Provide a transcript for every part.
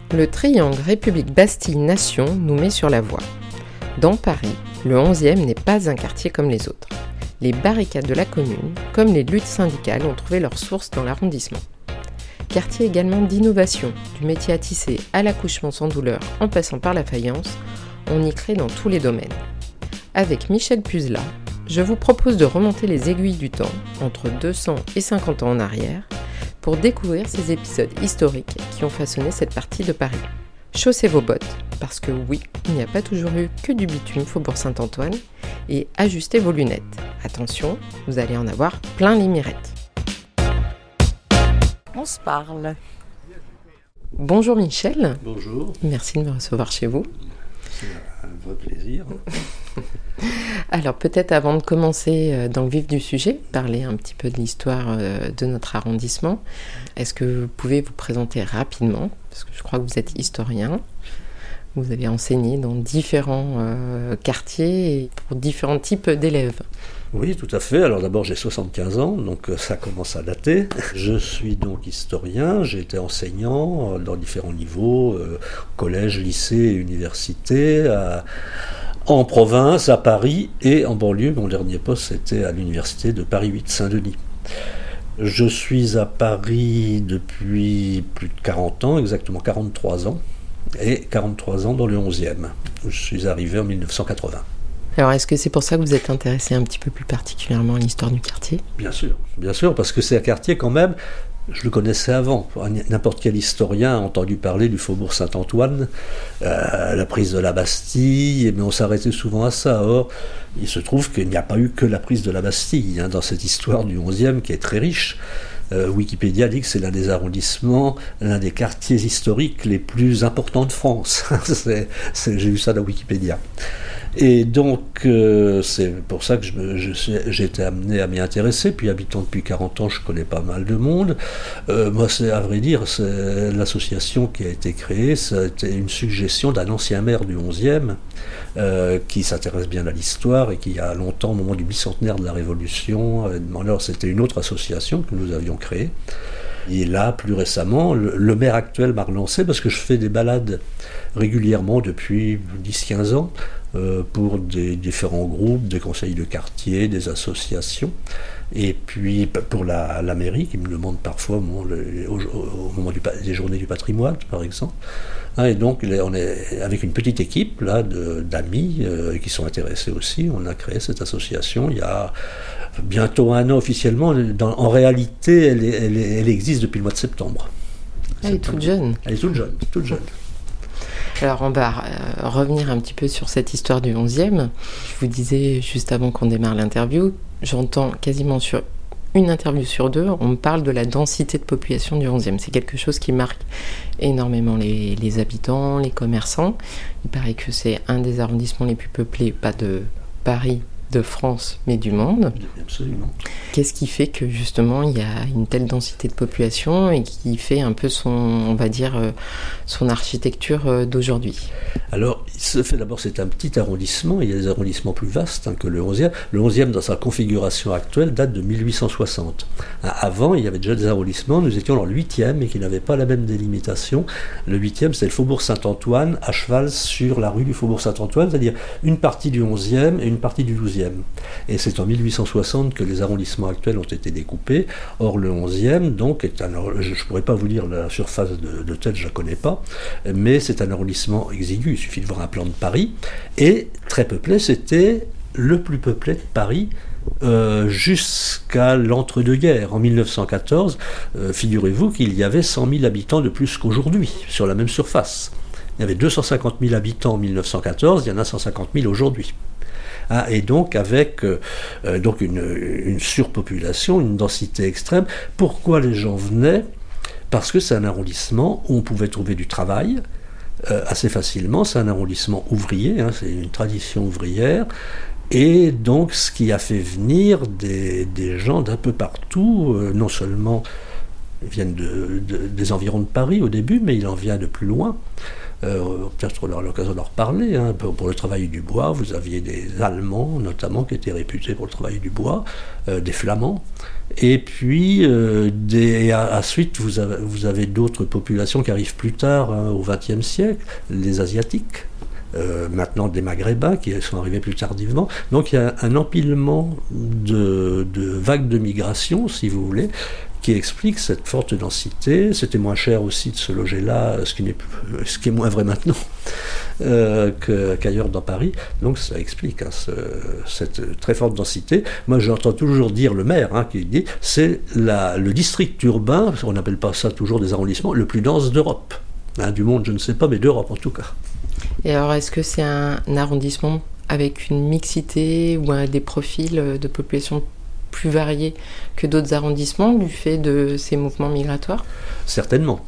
Le triangle République-Bastille-Nation nous met sur la voie. Dans Paris, le 11e n'est pas un quartier comme les autres. Les barricades de la commune, comme les luttes syndicales, ont trouvé leur source dans l'arrondissement. Quartier également d'innovation, du métier à tisser à l'accouchement sans douleur en passant par la faïence, on y crée dans tous les domaines. Avec Michel Puzla, je vous propose de remonter les aiguilles du temps, entre 200 et 50 ans en arrière, pour découvrir ces épisodes historiques qui ont façonné cette partie de Paris. Chaussez vos bottes, parce que oui, il n'y a pas toujours eu que du bitume Faubourg Saint-Antoine, et ajustez vos lunettes. Attention, vous allez en avoir plein les mirettes. On se parle. Bonjour Michel. Bonjour. Merci de me recevoir chez vous. C'est un vrai plaisir. Alors peut-être avant de commencer dans le vif du sujet, parler un petit peu de l'histoire de notre arrondissement, est-ce que vous pouvez vous présenter rapidement, parce que je crois que vous êtes historien, vous avez enseigné dans différents quartiers et pour différents types d'élèves. Oui, tout à fait. Alors d'abord, j'ai 75 ans, donc ça commence à dater. Je suis donc historien, j'ai été enseignant dans différents niveaux, collège, lycée, université, en province, à Paris et en banlieue. Mon dernier poste, c'était à l'université de Paris 8 Saint-Denis. Je suis à Paris depuis plus de 40 ans, exactement 43 ans, et 43 ans dans le 11e. Je suis arrivé en 1980. Alors, est-ce que c'est pour ça que vous êtes intéressé un petit peu plus particulièrement à l'histoire du quartier ? Bien sûr, parce que c'est un quartier quand même, je le connaissais avant. N'importe quel historien a entendu parler du Faubourg Saint-Antoine, la prise de la Bastille, mais on s'arrêtait souvent à ça. Or, il se trouve qu'il n'y a pas eu que la prise de la Bastille dans cette histoire du 11e qui est très riche. Wikipédia dit que c'est l'un des arrondissements, l'un des quartiers historiques les plus importants de France. J'ai vu ça dans Wikipédia. Et donc, c'est pour ça que j'ai été amené à m'y intéresser. Puis, habitant depuis 40 ans, je connais pas mal de monde. Moi, à vrai dire, c'est l'association qui a été créée. C'était une suggestion d'un ancien maire du 11e qui s'intéresse bien à l'histoire et qui, il y a longtemps, au moment du bicentenaire de la Révolution, alors c'était une autre association que nous avions créée. Et là, plus récemment, le maire actuel m'a relancé parce que je fais des balades régulièrement depuis 10-15 ans pour des différents groupes, des conseils de quartier, des associations. Et puis pour la mairie qui me demande parfois au moment des journées du patrimoine, par exemple. Et donc on est avec une petite équipe là, d'amis qui sont intéressés aussi. On a créé cette association il y a bientôt 1 an officiellement. En réalité, elle existe depuis le mois de septembre. Elle est toute jeune. Elle est toute jeune. Alors on va revenir un petit peu sur cette histoire du 11e. Je vous disais juste avant qu'on démarre l'interview, j'entends quasiment sur une interview sur deux, on me parle de la densité de population du 11e. C'est quelque chose qui marque énormément les habitants, les commerçants. Il paraît que c'est un des arrondissements les plus peuplés, pas de Paris, de France, mais du monde. Absolument. Qu'est-ce qui fait que justement il y a une telle densité de population et qui fait un peu son architecture d'aujourd'hui ? Alors, il se fait d'abord, c'est un petit arrondissement, il y a des arrondissements plus vastes que le 11e. Le 11e, dans sa configuration actuelle, date de 1860. Avant, il y avait déjà des arrondissements, nous étions dans le 8e et qui n'avaient pas la même délimitation. Le 8e, c'est le Faubourg Saint-Antoine, à cheval sur la rue du Faubourg Saint-Antoine, c'est-à-dire une partie du 11e et une partie du 12e. Et c'est en 1860 que les arrondissements actuels ont été découpés. Or, le 11e, donc, je ne pourrais pas vous dire la surface de tête, je ne la connais pas, mais c'est un arrondissement exigu, il suffit de voir un plan de Paris. Et très peuplé, c'était le plus peuplé de Paris jusqu'à l'entre-deux-guerres. En 1914, figurez-vous qu'il y avait 100 000 habitants de plus qu'aujourd'hui, sur la même surface. Il y avait 250 000 habitants en 1914, il y en a 150 000 aujourd'hui. Et donc avec une surpopulation, une densité extrême. Pourquoi les gens venaient ? Parce que c'est un arrondissement où on pouvait trouver du travail assez facilement. C'est un arrondissement ouvrier, c'est une tradition ouvrière. Et donc ce qui a fait venir des gens d'un peu partout, non seulement ils viennent des environs de Paris au début, mais il en vient de plus loin. peut-être on aura l'occasion d'en reparler, hein, pour le travail du bois. Vous aviez des Allemands notamment qui étaient réputés pour le travail du bois, des Flamands, et puis ensuite vous avez d'autres populations qui arrivent plus tard, hein, au XXe siècle, les Asiatiques. Maintenant des Maghrébins qui sont arrivés plus tardivement. Donc il y a un empilement de vagues de migration, si vous voulez, qui explique cette forte densité. C'était moins cher aussi de se loger là, ce qui est moins vrai maintenant qu'ailleurs dans Paris. Donc ça explique, hein, cette très forte densité. Moi j'entends toujours dire le maire, hein, qui dit c'est le district urbain, on n'appelle pas ça toujours des arrondissements, le plus dense d'Europe. Hein, du monde je ne sais pas, mais d'Europe en tout cas. Et alors, est-ce que c'est un arrondissement avec une mixité ou des profils de population plus variés que d'autres arrondissements du fait de ces mouvements migratoires ? Certainement.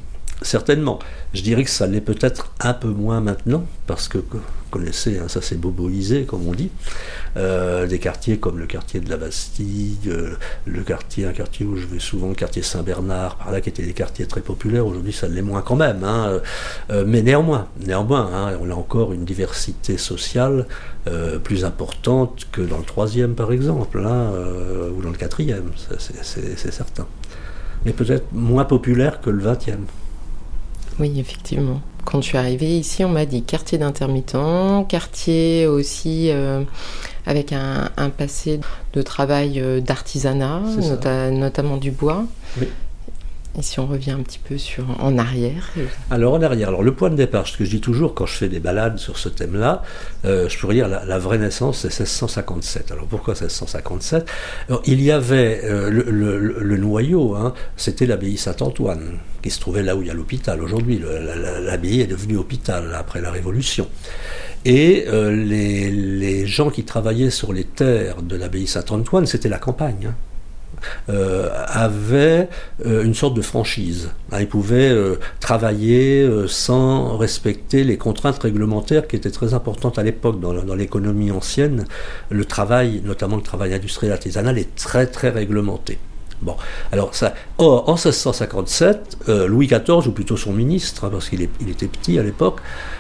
Je dirais que ça l'est peut-être un peu moins maintenant, parce que vous connaissez, hein, ça s'est boboisé, comme on dit. Des quartiers comme le quartier de la Bastille, un quartier où je vais souvent, le quartier Saint-Bernard, par là, qui étaient des quartiers très populaires. Aujourd'hui, ça l'est moins quand même. Hein. Mais néanmoins, hein, on a encore une diversité sociale plus importante que dans le 3e, par exemple, hein, ou dans le 4e, c'est certain. Mais peut-être moins populaire que le 20e. Oui, effectivement. Quand je suis arrivée ici, on m'a dit quartier d'intermittents, quartier aussi avec un passé de travail d'artisanat, notamment du bois. Oui. Et si on revient un petit peu en arrière. Alors en arrière, le point de départ, ce que je dis toujours quand je fais des balades sur ce thème-là, je pourrais dire la vraie naissance, c'est 1657. Alors pourquoi 1657 ? Alors, il y avait le noyau, hein, c'était l'abbaye Saint-Antoine, qui se trouvait là où il y a l'hôpital aujourd'hui. L'abbaye est devenue hôpital après la Révolution. Et les gens qui travaillaient sur les terres de l'abbaye Saint-Antoine, c'était la campagne, hein. Avaient une sorte de franchise. Ils pouvaient travailler sans respecter les contraintes réglementaires qui étaient très importantes à l'époque dans l'économie ancienne. Le travail, notamment le travail industriel artisanal, est très très réglementé. Bon, alors en 1657, Louis XIV, ou plutôt son ministre, hein, parce qu'il était petit à l'époque,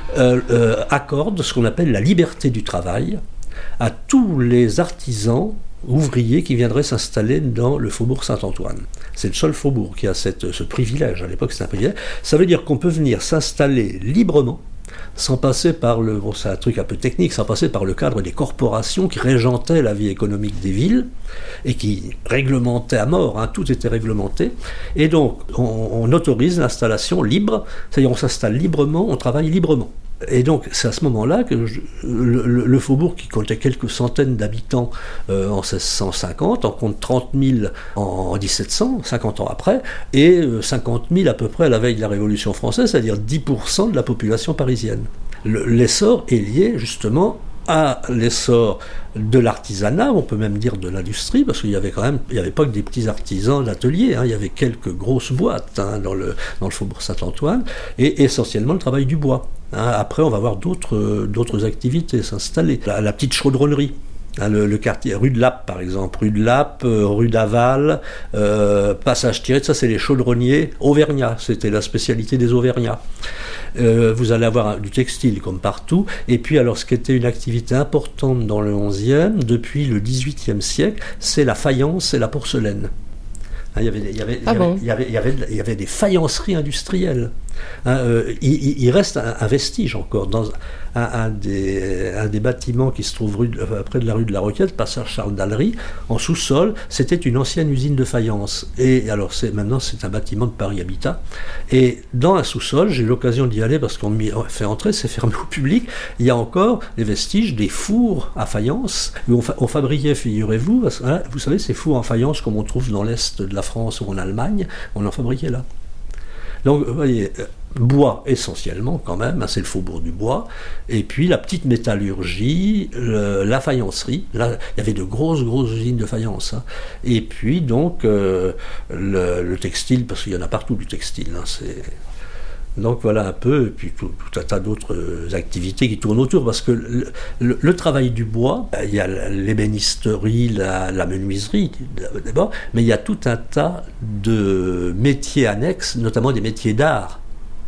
accorde ce qu'on appelle la liberté du travail à tous les artisans ouvriers qui viendraient s'installer dans le faubourg Saint-Antoine. C'est le seul faubourg qui a ce privilège. À l'époque, c'est un privilège. Ça veut dire qu'on peut venir s'installer librement, sans passer par c'est un truc un peu technique, sans passer par le cadre des corporations qui régentaient la vie économique des villes et qui réglementaient à mort, hein, tout était réglementé. Et donc, on autorise l'installation libre, c'est-à-dire on s'installe librement, on travaille librement. Et donc, c'est à ce moment-là que le faubourg, qui comptait quelques centaines d'habitants en 1650, en compte 30 000 en 1700, 50 ans après, et 50 000 à peu près à la veille de la Révolution française, c'est-à-dire 10% de la population parisienne. L'essor est lié justement à l'essor de l'artisanat, on peut même dire de l'industrie, parce qu'il y avait pas que des petits artisans d'ateliers, hein, il y avait quelques grosses boîtes, hein, dans le faubourg Saint-Antoine, et essentiellement le travail du bois. Hein. Après, on va voir d'autres activités s'installer. La petite chaudronnerie. Hein, le quartier, rue de Lappe par exemple, rue de Lappe, rue d'Aval, Passage Tiré, ça c'est les chaudronniers auvergnats, c'était la spécialité des auvergnats. Vous allez avoir du textile comme partout, et puis alors ce qui était une activité importante dans le 11e, depuis le 18e siècle, c'est la faïence et la porcelaine. Il y avait des faïenceries industrielles. Il reste un vestige encore dans un des bâtiments qui se trouve près de la rue de la Roquette, passage Charles d'Allery, en sous-sol. C'était une ancienne usine de faïence. Et alors maintenant c'est un bâtiment de Paris Habitat. Et dans un sous-sol, j'ai eu l'occasion d'y aller parce qu'on m'y fait entrer, c'est fermé au public. Il y a encore les vestiges des fours à faïence où on fabriquait, figurez-vous, hein, vous savez, ces fours en faïence comme on trouve dans l'est de la France ou en Allemagne, on en fabriquait là. Donc, vous voyez, bois essentiellement quand même, hein, c'est le faubourg du bois, et puis la petite métallurgie, la faïencerie, là il y avait de grosses usines de faïence, hein. Et puis donc le textile, parce qu'il y en a partout du textile, hein, donc voilà un peu, et puis tout un tas d'autres activités qui tournent autour, parce que le travail du bois, il y a l'ébénisterie, la menuiserie d'abord, mais il y a tout un tas de métiers annexes, notamment des métiers d'art,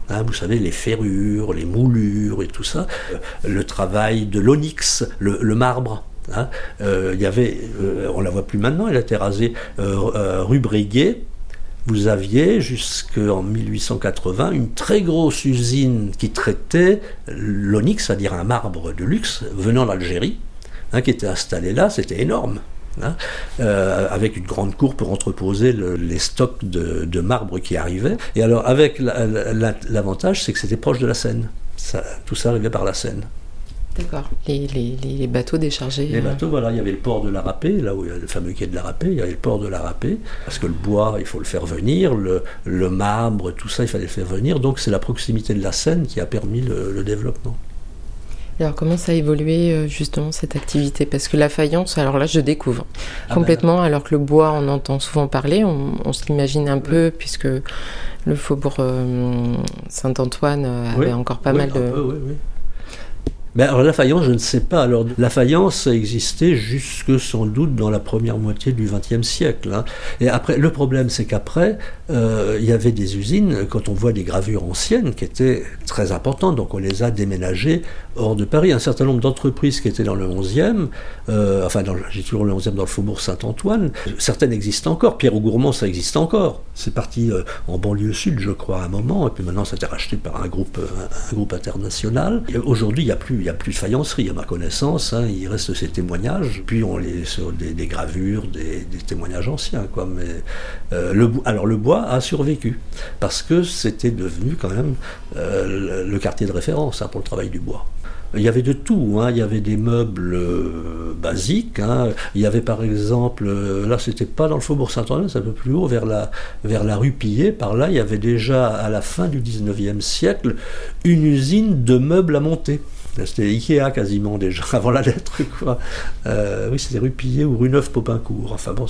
Hein, vous savez, les ferrures, les moulures et tout ça. Le travail de l'onyx, le marbre. Hein. Y avait, on ne la voit plus maintenant, elle a été rasée, rue Breguet. Vous aviez jusqu'en 1880 une très grosse usine qui traitait l'onyx, c'est-à-dire un marbre de luxe venant d'Algérie, hein, qui était installé là, c'était énorme. Hein, avec une grande cour pour entreposer les stocks de marbre qui arrivaient. Et alors, avec l'avantage, c'est que c'était proche de la Seine. Tout ça arrivait par la Seine. D'accord. Les bateaux déchargés. Les bateaux, voilà, il y avait le port de la Râpée, là où il y a le fameux quai de la Râpée, il y avait le port de la Râpée, parce que le bois, il faut le faire venir, le marbre, tout ça, il fallait le faire venir. Donc, c'est la proximité de la Seine qui a permis le développement. Alors comment ça a évolué justement cette activité? Parce que la faïence, alors là je découvre complètement, alors que le bois on entend souvent parler, on se l'imagine un peu puisque le faubourg Saint-Antoine avait encore pas mal de... Oui. Mais alors la faïence, je ne sais pas. Alors la faïence a existé jusque sans doute dans la première moitié du XXe siècle. Hein. Et après, le problème, c'est qu'après, il y avait des usines, quand on voit des gravures anciennes, qui étaient très importantes. Donc on les a déménagées hors de Paris. Un certain nombre d'entreprises qui étaient dans le 11e, j'ai toujours le 11e dans le faubourg Saint-Antoine. Certaines existent encore. Pierre-Augourmand, ça existe encore. C'est parti en banlieue sud, je crois, à un moment. Et puis maintenant, ça a été racheté par un groupe international. Et aujourd'hui, il n'y a plus de faïencerie, à ma connaissance. Hein. Il reste ces témoignages. Puis on les sur des gravures, des témoignages anciens, quoi. Mais le bois a survécu parce que c'était devenu quand même le quartier de référence, hein, pour le travail du bois. Il y avait de tout, hein. Il y avait des meubles basiques, hein. Il y avait par exemple, là c'était pas dans le faubourg Saint-Antoine, c'est un peu plus haut, vers la rue Pillet, par là il y avait déjà à la fin du 19e siècle une usine de meubles à monter. C'était Ikea quasiment déjà, avant la lettre, quoi. Oui, c'était rue Pillet ou rue Neuve-Popincourt. Enfin bon,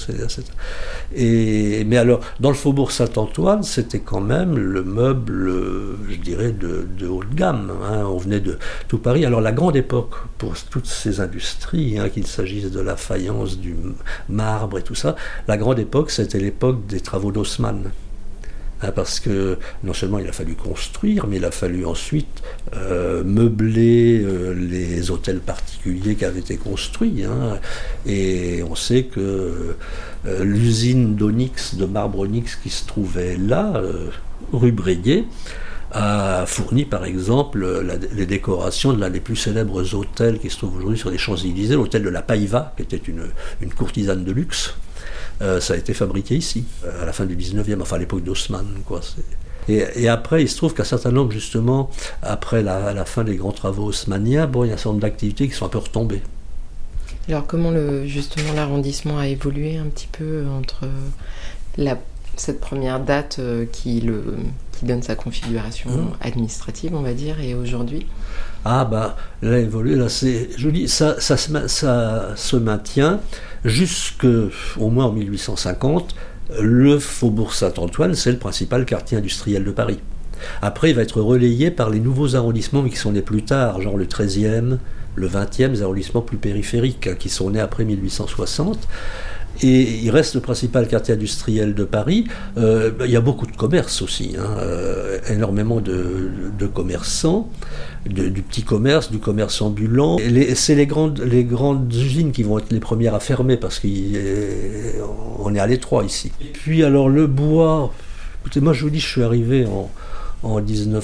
mais alors, dans le faubourg Saint-Antoine, c'était quand même le meuble, je dirais, de haut de gamme. Hein. On venait de tout Paris. Alors, la grande époque pour toutes ces industries, hein, qu'il s'agisse de la faïence, du marbre et tout ça, la grande époque, c'était l'époque des travaux d'Haussmann. Parce que non seulement il a fallu construire, mais il a fallu ensuite meubler les hôtels particuliers qui avaient été construits. Hein. Et on sait que l'usine d'onyx, de marbre onyx qui se trouvait là, rue Breguet, a fourni par exemple les décorations de l'un des plus célèbres hôtels qui se trouve aujourd'hui sur les Champs-Élysées, l'hôtel de la Païva, qui était une courtisane de luxe. Ça a été fabriqué ici, à la fin du 19e, enfin à l'époque d'Haussmann, quoi. Et après, il se trouve qu'un certain nombre, justement, après la fin des grands travaux haussmanniens, il y a un certain nombre d'activités qui sont un peu retombées. Alors comment justement l'arrondissement a évolué un petit peu entre cette première date qui donne sa configuration administrative, on va dire, et aujourd'hui? Là, évolué, là, je dis, ça se maintient jusqu'au moins en 1850. Le faubourg Saint-Antoine, c'est le principal quartier industriel de Paris. Après, il va être relayé par les nouveaux arrondissements, mais qui sont nés plus tard, genre le 13e, le 20e, les arrondissements plus périphériques, hein, qui sont nés après 1860. Et il reste le principal quartier industriel de Paris. Il y a beaucoup de commerce aussi, hein, énormément de commerçants, du petit commerce, du commerce ambulant. C'est les grandes usines qui vont être les premières à fermer parce qu'on est à l'étroit ici. Et puis alors le bois, écoutez, moi je vous dis, je suis arrivé en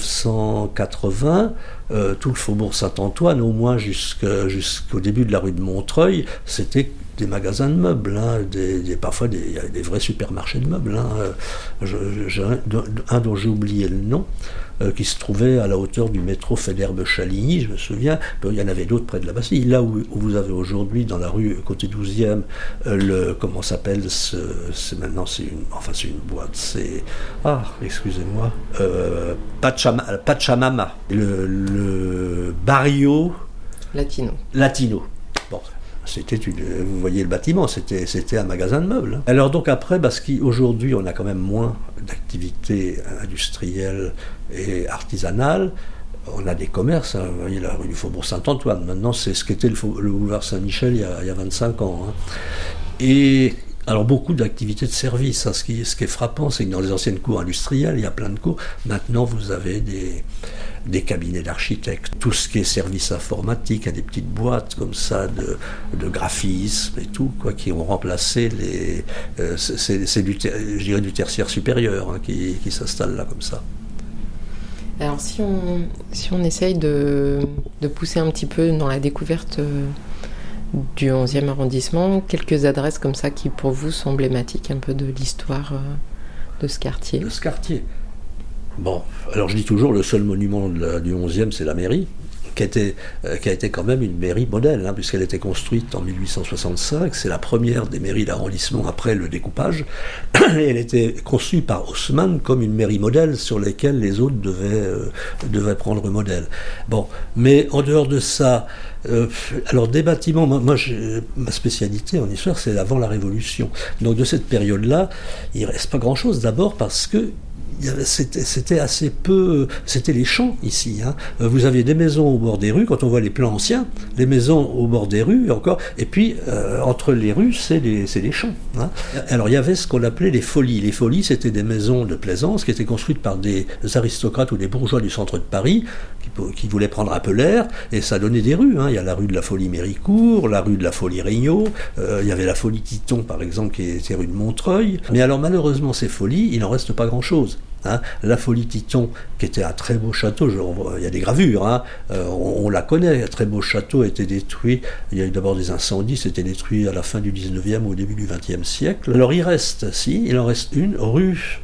1980, tout le faubourg Saint-Antoine, au moins jusqu'au début de la rue de Montreuil, c'était des magasins de meubles, hein, parfois il y a des vrais supermarchés de meubles. Hein. J'ai un dont j'ai oublié le nom, qui se trouvait à la hauteur du métro Federbe-Chaligny, je me souviens. Il y en avait d'autres près de la Bastille. Là où vous avez aujourd'hui, dans la rue côté 12e, comment s'appelle maintenant c'est une boîte, excusez-moi, Pachamama, le Barrio Latino. Bon. Vous voyez le bâtiment, c'était un magasin de meubles. Hein. Alors donc après, parce qu'aujourd'hui on a quand même moins d'activités industrielles et artisanales, on a des commerces, hein, vous voyez la rue du Faubourg Saint-Antoine, maintenant c'est ce qu'était le boulevard Saint-Michel il y a 25 ans. Hein. Et Alors beaucoup d'activités de service. Hein. Ce qui est frappant, c'est que dans les anciennes cours industrielles, il y a plein de cours. Maintenant, vous avez des cabinets d'architectes. Tout ce qui est service informatique, il y a des petites boîtes comme ça de graphisme et tout, quoi, qui ont remplacé c'est du tertiaire supérieur, hein, qui s'installe là comme ça. Alors si on essaye de pousser un petit peu dans la découverte du 11e arrondissement, quelques adresses comme ça qui pour vous sont emblématiques un peu de l'histoire de ce quartier. De ce quartier. Bon, alors je dis toujours, le seul monument du 11e, c'est la mairie, qui a été quand même une mairie modèle, hein, puisqu'elle a été construite en 1865, c'est la première des mairies d'arrondissement après le découpage, et elle était conçue par Haussmann comme une mairie modèle sur laquelle les autres devaient prendre modèle. Bon, mais en dehors de ça, alors des bâtiments, moi ma spécialité en histoire, c'est avant la Révolution. Donc de cette période-là, il ne reste pas grand-chose, d'abord parce que c'était assez peu, c'était les champs ici. Hein. Vous aviez des maisons au bord des rues, quand on voit les plans anciens, les maisons au bord des rues encore, et puis entre les rues, c'est les champs. Hein. Alors il y avait ce qu'on appelait les folies. Les folies, c'était des maisons de plaisance qui étaient construites par des aristocrates ou des bourgeois du centre de Paris qui voulaient prendre un peu l'air, et ça donnait des rues. Hein. Il y a la rue de la Folie Méricourt, la rue de la Folie Regnault, il y avait la Folie Titon par exemple qui était rue de Montreuil. Mais alors malheureusement ces folies, il n'en reste pas grand-chose. Hein, la Folie Titon, qui était un très beau château, il y a des gravures, hein, on la connaît, un très beau château a été détruit, il y a eu d'abord des incendies, c'était détruit à la fin du 19e ou au début du 20e siècle. Alors il en reste une, rue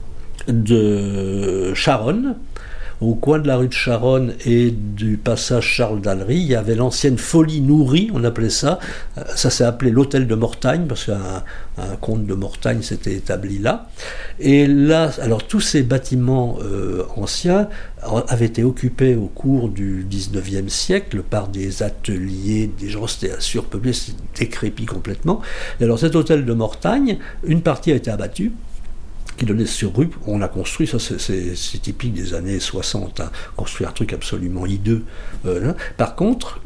de Charonne. Au coin de la rue de Charonne et du passage Charles d'Allery, il y avait l'ancienne Folie Nourrie, on appelait ça. Ça s'est appelé l'hôtel de Mortagne, parce qu'un comte de Mortagne s'était établi là. Et là, alors tous ces bâtiments anciens avaient été occupés au cours du 19e siècle par des ateliers, des gens, c'était surpeuplé, c'était décrépit complètement. Et alors cet hôtel de Mortagne, une partie a été abattue, qui donnait sur rue, on a construit, ça c'est typique des années 60, hein, construire un truc absolument hideux. Par contre,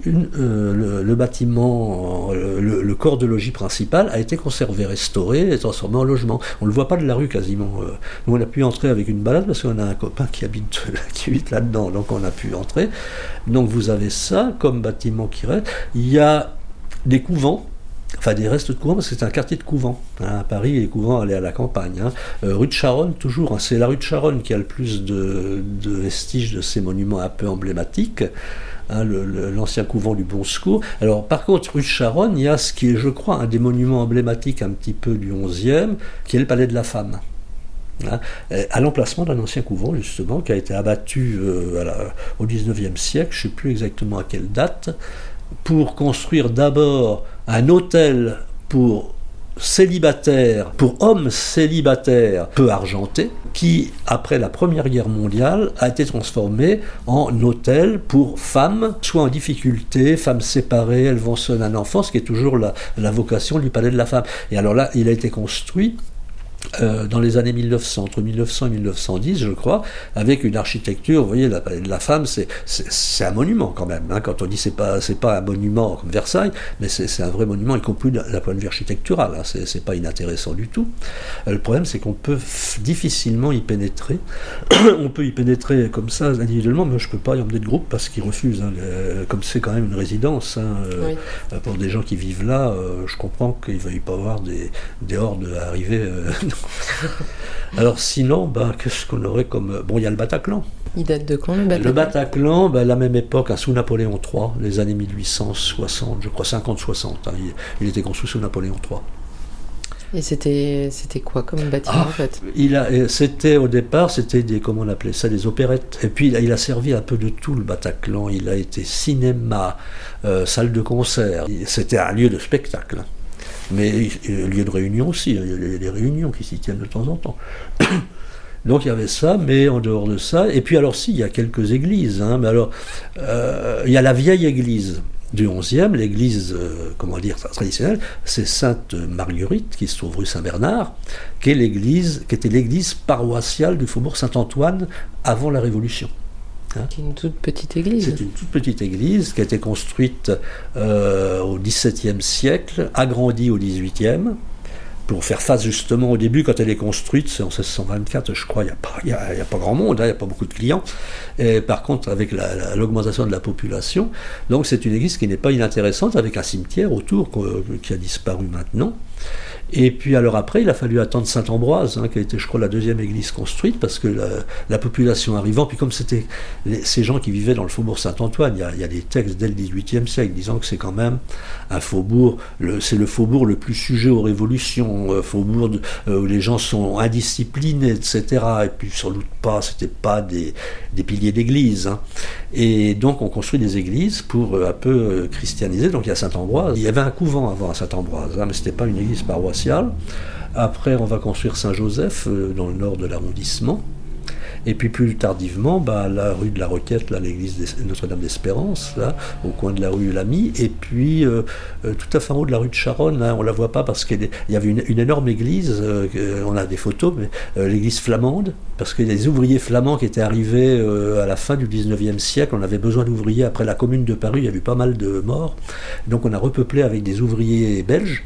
le bâtiment, le corps de logis principal a été conservé, restauré et transformé en logement. On ne le voit pas de la rue quasiment. Nous on a pu entrer avec une balade parce qu'on a un copain qui habite là-dedans, donc on a pu entrer. Donc vous avez ça comme bâtiment qui reste. Il y a des couvents, enfin des restes de couvent, parce que c'est un quartier de couvent. Hein, à Paris, les couvents allaient à la campagne. Hein. Rue de Charonne, toujours, hein, c'est la rue de Charonne qui a le plus de vestiges de ces monuments un peu emblématiques. Hein, l'ancien couvent du Bon Secours. Alors, par contre, rue de Charonne, il y a ce qui est, je crois, un des monuments emblématiques un petit peu du 11e, qui est le Palais de la Femme. Hein, à l'emplacement d'un ancien couvent, justement, qui a été abattu au 19e siècle, je ne sais plus exactement à quelle date, pour construire d'abord un hôtel pour célibataires, pour hommes célibataires peu argentés, qui, après la Première Guerre mondiale, a été transformé en hôtel pour femmes, soit en difficulté, femmes séparées, élevant seul un enfant, ce qui est toujours la vocation du Palais de la Femme. Et alors là, il a été construit dans les années 1900, entre 1900 et 1910, je crois, avec une architecture, vous voyez, la Palais de la Femme, c'est un monument quand même. Hein, quand on dit c'est pas un monument comme Versailles, mais c'est un vrai monument, y compris d'un point de vue architectural. Hein, c'est pas inintéressant du tout. Le problème, c'est qu'on peut difficilement y pénétrer. On peut y pénétrer comme ça individuellement, mais je peux pas y emmener de groupe parce qu'ils refusent. Hein, comme c'est quand même une résidence, hein, oui. Pour des gens qui vivent là, je comprends qu'il ne va y pas avoir des hordes arriver. Alors sinon, qu'est-ce qu'on aurait comme... Bon, il y a le Bataclan. Il date de quand, le Bataclan ? Le Bataclan, à la même époque, sous Napoléon III, les années 1860, je crois 50-60. Hein, il était construit sous Napoléon III. Et c'était quoi comme bâtiment, en fait ? Au départ, c'était comment on appelait ça, des opérettes. Et puis il a servi un peu de tout, le Bataclan. Il a été cinéma, salle de concert. C'était un lieu de spectacle. Mais lieu de réunion aussi, il y a des réunions qui s'y tiennent de temps en temps. Donc il y avait ça, mais en dehors de ça, et puis alors si, il y a quelques églises, hein, mais alors il y a la vieille église du 11e, l'église, traditionnelle, c'est Sainte Marguerite, qui se trouve rue Saint-Bernard, qui était l'église paroissiale du faubourg Saint-Antoine avant la Révolution. Hein? C'est une toute petite église. C'est une toute petite église qui a été construite au XVIIe siècle, agrandie au XVIIIe, pour faire face justement au début, quand elle est construite, c'est en 1624, je crois, il n'y a pas grand monde, il n'y a pas beaucoup de clients. Et par contre, avec l'augmentation de la population, donc c'est une église qui n'est pas inintéressante, avec un cimetière autour qui a disparu maintenant. Et puis alors après, il a fallu attendre Saint-Ambroise, qui a été, je crois, la deuxième église construite, parce que la population arrivant, puis comme c'était ces gens qui vivaient dans le faubourg Saint-Antoine, il y a des textes dès le XVIIIe siècle disant que c'est quand même un faubourg, c'est le faubourg le plus sujet aux révolutions, faubourg où les gens sont indisciplinés, etc. Et puis sans doute pas, c'était pas des piliers d'église. Et donc on construit des églises pour un peu christianiser. Donc il y a Saint-Ambroise. Il y avait un couvent avant à Saint-Ambroise, mais c'était pas une église paroissiale. Après, on va construire Saint-Joseph dans le nord de l'arrondissement. Et puis plus tardivement, la rue de la Roquette, là, l'église Notre-Dame d'Espérance, là, au coin de la rue Lamy. Et puis tout à fait en haut de la rue de Charonne, on ne la voit pas parce qu'il y avait une énorme église, on a des photos, mais l'église flamande, parce qu'il y a des ouvriers flamands qui étaient arrivés à la fin du 19e siècle. On avait besoin d'ouvriers après la Commune de Paris, il y a eu pas mal de morts. Donc on a repeuplé avec des ouvriers belges.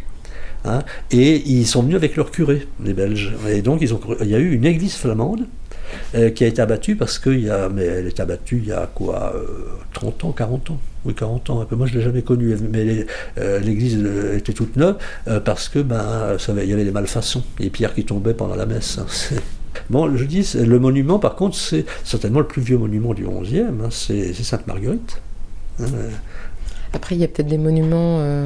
Et ils sont venus avec leur curé, les Belges. Et donc il y a eu une église flamande qui a été abattue mais elle est abattue il y a quoi 30 ans, 40 ans. Oui, 40 ans. Moi, je ne l'ai jamais connue, mais l'église était toute neuve parce que il y avait des malfaçons, les pierres qui tombaient pendant la messe. Bon, je dis, le monument, par contre, c'est certainement le plus vieux monument du 11e, c'est Sainte-Marguerite. Après, il y a peut-être des monuments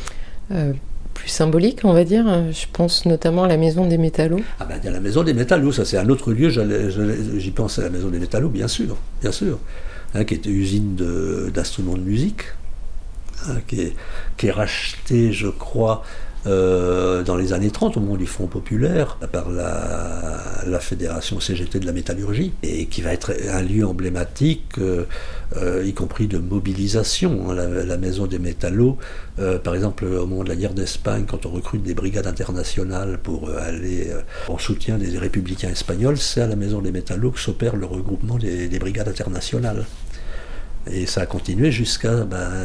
plus symbolique, on va dire. Je pense notamment à la Maison des Métallos. Il y a la Maison des Métallos, ça c'est un autre lieu, j'y pense à la Maison des Métallos, bien sûr, qui était usine d'instruments de musique, qui est rachetée, je crois, dans les années 30, au moment du Front populaire, par la fédération CGT de la métallurgie, et qui va être un lieu emblématique, y compris de mobilisation. La Maison des Métallos, par exemple, au moment de la guerre d'Espagne, quand on recrute des brigades internationales pour aller en soutien des républicains espagnols, c'est à la Maison des Métallos que s'opère le regroupement des brigades internationales. Et ça a continué jusqu'à...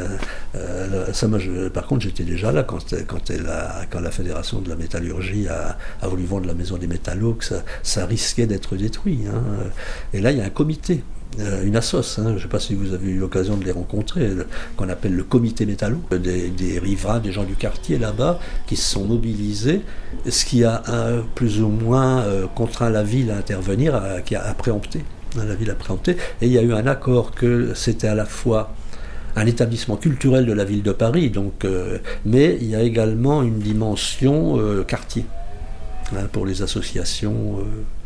par contre, j'étais déjà là quand la Fédération de la métallurgie a voulu vendre la Maison des Métallos, que ça risquait d'être détruit. Et là, il y a un comité, une assoce, je ne sais pas si vous avez eu l'occasion de les rencontrer, qu'on appelle le comité métallo, des riverains, des gens du quartier là-bas, qui se sont mobilisés, ce qui a plus ou moins contraint la ville à intervenir, qui a préempté. La ville a préempté, et il y a eu un accord que c'était à la fois un établissement culturel de la ville de Paris, mais il y a également une dimension quartier pour les associations.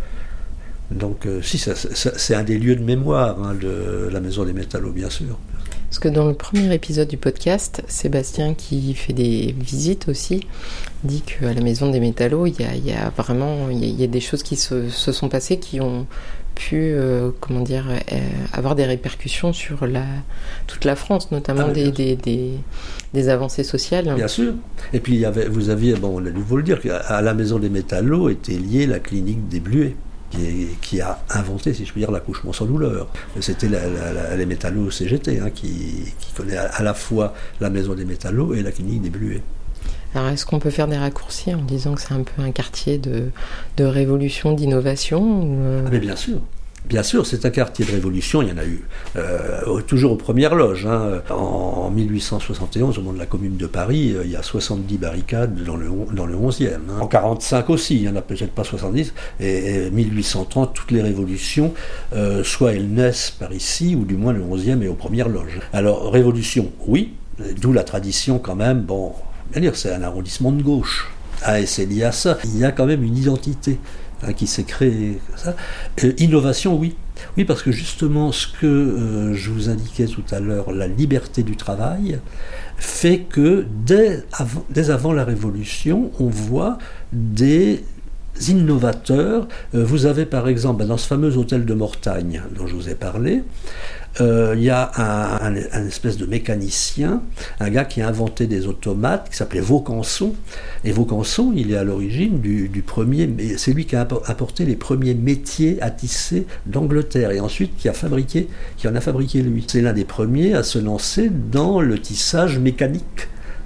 C'est un des lieux de mémoire de la Maison des Métallos, bien sûr. Parce que dans le premier épisode du podcast, Sébastien, qui fait des visites aussi, dit qu'à la Maison des Métallos, il y a vraiment des choses qui se sont passées qui ont pu avoir des répercussions sur toute la France, notamment des avancées sociales. Bien sûr. Et puis vous aviez, on a dû vous le dire, qu'à la Maison des Métallos était liée la clinique des Bluets, qui a inventé, si je puis dire, l'accouchement sans douleur. C'était les Métallos CGT qui connaît à la fois la Maison des Métallos et la clinique des Bluets. Alors, est-ce qu'on peut faire des raccourcis en disant que c'est un peu un quartier de révolution, d'innovation Mais bien sûr. Bien sûr, c'est un quartier de révolution, il y en a eu toujours aux premières loges. En 1871, au moment de la Commune de Paris, il y a 70 barricades dans le 11e. En 1945 aussi, il n'y en a peut-être pas 70. Et 1830, toutes les révolutions, soit elles naissent par ici, ou du moins le 11e est aux premières loges. Alors, révolution, oui, d'où la tradition quand même, c'est un arrondissement de gauche. Et c'est lié à ça. Il y a quand même une identité qui s'est créée. Innovation, oui. Oui, parce que justement, ce que je vous indiquais tout à l'heure, la liberté du travail, fait que dès avant la Révolution, on voit des innovateurs. Vous avez par exemple, dans ce fameux hôtel de Mortagne dont je vous ai parlé, il y a un espèce de mécanicien, un gars qui a inventé des automates qui s'appelait Vaucanson. Et Vaucanson, il est à l'origine du premier, c'est lui qui a apporté les premiers métiers à tisser d'Angleterre, et ensuite qui en a fabriqué lui. C'est l'un des premiers à se lancer dans le tissage mécanique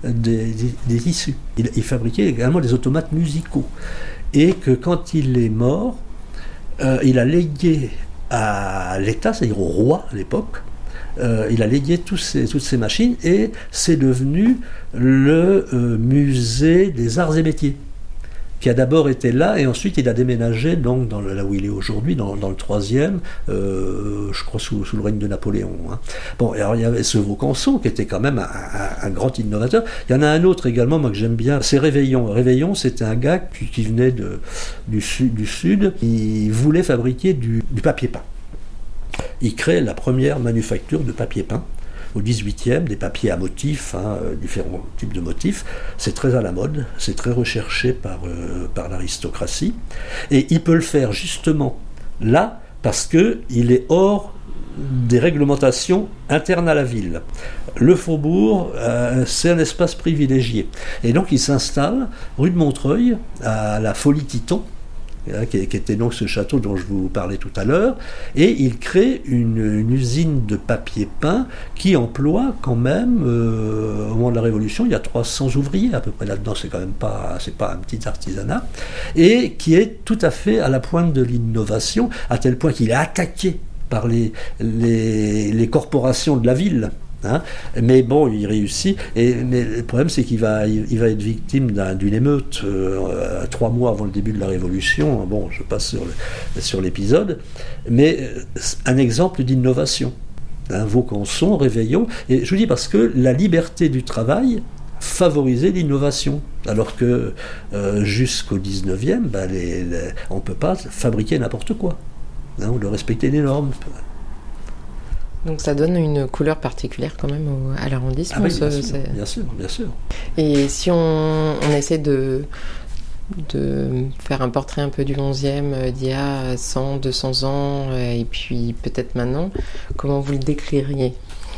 des tissus. Il fabriquait également des automates musicaux. Et que quand il est mort, il a légué à l'État, c'est-à-dire au roi à l'époque, il a légué toutes ces machines et c'est devenu le musée des arts et métiers, qui a d'abord été là et ensuite il a déménagé donc là où il est aujourd'hui, dans le 3e, je crois sous le règne de Napoléon. Hein. Bon, alors il y avait ce Vaucanson qui était quand même un grand innovateur. Il y en a un autre également, moi que j'aime bien, c'est Réveillon. Réveillon, c'était un gars qui venait du sud. Il voulait fabriquer du papier peint. Il crée la première manufacture de papier peint au 18e, des papiers à motifs, différents types de motifs. C'est très à la mode, c'est très recherché par l'aristocratie. Et il peut le faire justement là, parce qu'il est hors des réglementations internes à la ville. Le faubourg, c'est un espace privilégié. Et donc il s'installe rue de Montreuil, à la Folie Titon, qui était donc ce château dont je vous parlais tout à l'heure, et il crée une usine de papier peint qui emploie quand même, au moment de la Révolution, il y a 300 ouvriers à peu près là-dedans, c'est pas un petit artisanat, et qui est tout à fait à la pointe de l'innovation, à tel point qu'il est attaqué par les corporations de la ville. Hein, mais bon, il réussit. Mais le problème, c'est qu'il va être victime d'une émeute 3 mois avant le début de la Révolution. Bon, je passe sur l'épisode. Mais un exemple d'innovation. Hein, Vaucanson, Réveillon. Et je vous dis parce que la liberté du travail favorisait l'innovation. Alors que jusqu'au 19e, on ne peut pas fabriquer n'importe quoi. Hein, on doit respecter les normes. Donc ça donne une couleur particulière quand même à l'arrondissement. Ah oui, bien sûr. Et si on essaie de faire un portrait un peu du 11e d'il y a 100, 200 ans, et puis peut-être maintenant, comment vous le décririez ?